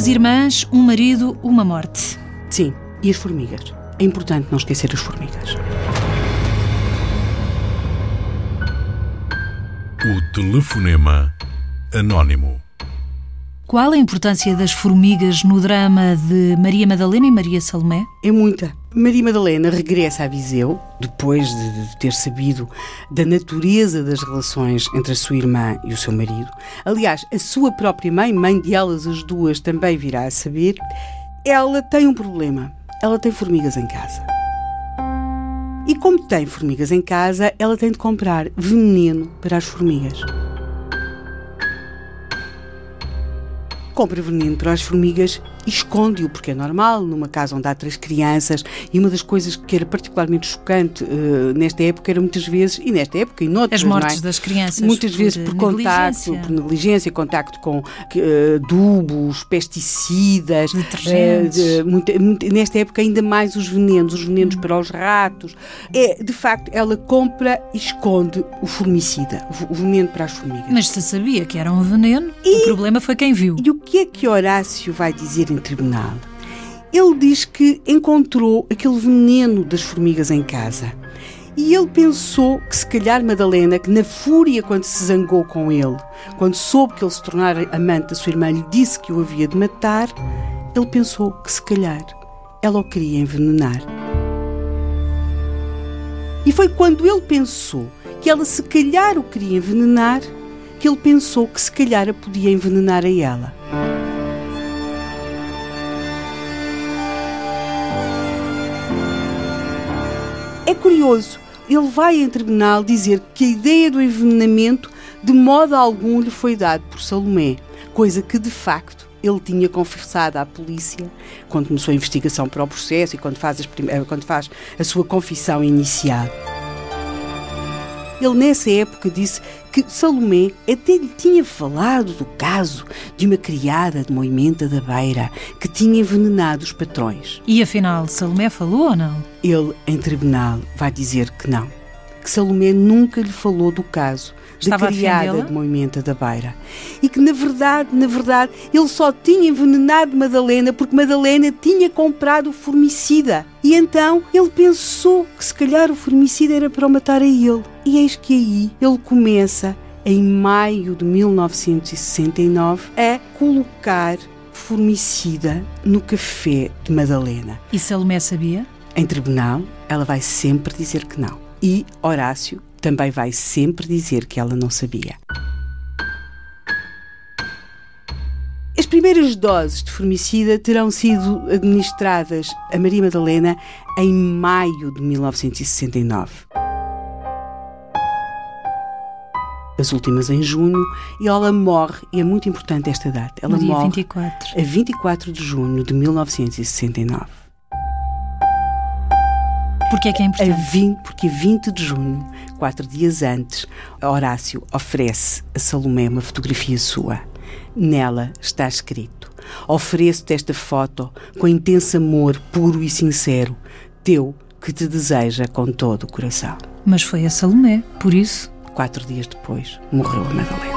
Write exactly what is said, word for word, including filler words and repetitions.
Duas irmãs, um marido, uma morte. Sim, e as formigas. É importante não esquecer as formigas. O telefonema anónimo. Qual a importância das formigas no drama de Maria Madalena e Maria Salomé? É muita. Maria Madalena regressa a Viseu, depois de, de ter sabido da natureza das relações entre a sua irmã e o seu marido. Aliás, a sua própria mãe, mãe de elas as duas, também virá a saber. Ela tem um problema. Ela tem formigas em casa. E como tem formigas em casa, ela tem de comprar veneno para as formigas. Compra veneno para as formigas e esconde-o, porque é normal, numa casa onde há três crianças, e uma das coisas que era particularmente chocante uh, nesta época era muitas vezes, e nesta época e noutras, as mortes não é? das crianças. Muitas por vezes por contacto, por negligência, contacto com uh, adubos, pesticidas, detergentes. Uh, de, muito, muito, nesta época ainda mais os venenos, os venenos hum. para os ratos. É, de facto, ela compra e esconde o formicida, o veneno para as formigas. Mas se sabia que era um veneno, e, o problema foi quem viu. E o que é que Horácio vai dizer em tribunal? Ele diz que encontrou aquele veneno das formigas em casa. E ele pensou que se calhar Madalena, que na fúria quando se zangou com ele, quando soube que ele se tornara amante da sua irmã, lhe disse que o havia de matar, ele pensou que se calhar ela o queria envenenar. E foi quando ele pensou que ela se calhar o queria envenenar, que ele pensou que se calhar a podia envenenar a ela. É curioso, ele vai em tribunal dizer que a ideia do envenenamento de modo algum lhe foi dado por Salomé, coisa que de facto ele tinha confessado à polícia quando começou a investigação para o processo e quando faz, as prim... quando faz a sua confissão inicial. Ele nessa época disse que Salomé até lhe tinha falado do caso de uma criada de Moimenta da Beira que tinha envenenado os patrões. E afinal, Salomé falou ou não? Ele, em tribunal, vai dizer que não. Que Salomé nunca lhe falou do caso da criada de Moimenta da Beira. E que, na verdade, na verdade, ele só tinha envenenado Madalena porque Madalena tinha comprado o formicida. E então ele pensou que se calhar o formicida era para o matar a ele. E eis que aí ele começa, em maio de mil novecentos e sessenta e nove, a colocar formicida no café de Madalena. E Salomé sabia? Em tribunal, ela vai sempre dizer que não. E Horácio também vai sempre dizer que ela não sabia. As primeiras doses de formicida terão sido administradas a Maria Madalena em maio de mil novecentos e sessenta e nove. As últimas em junho, e ela morre, e é muito importante esta data, ela no dia morre vinte e quatro. a vinte e quatro de junho de mil novecentos e sessenta e nove. Porquê é que é importante? A vinte, porque vinte de junho, quatro dias antes, Horácio oferece a Salomé uma fotografia sua. Nela está escrito: ofereço-te esta foto com intenso amor puro e sincero, teu que te deseja com todo o coração. Mas foi a Salomé, por isso... Quatro dias depois, morreu a Madalena.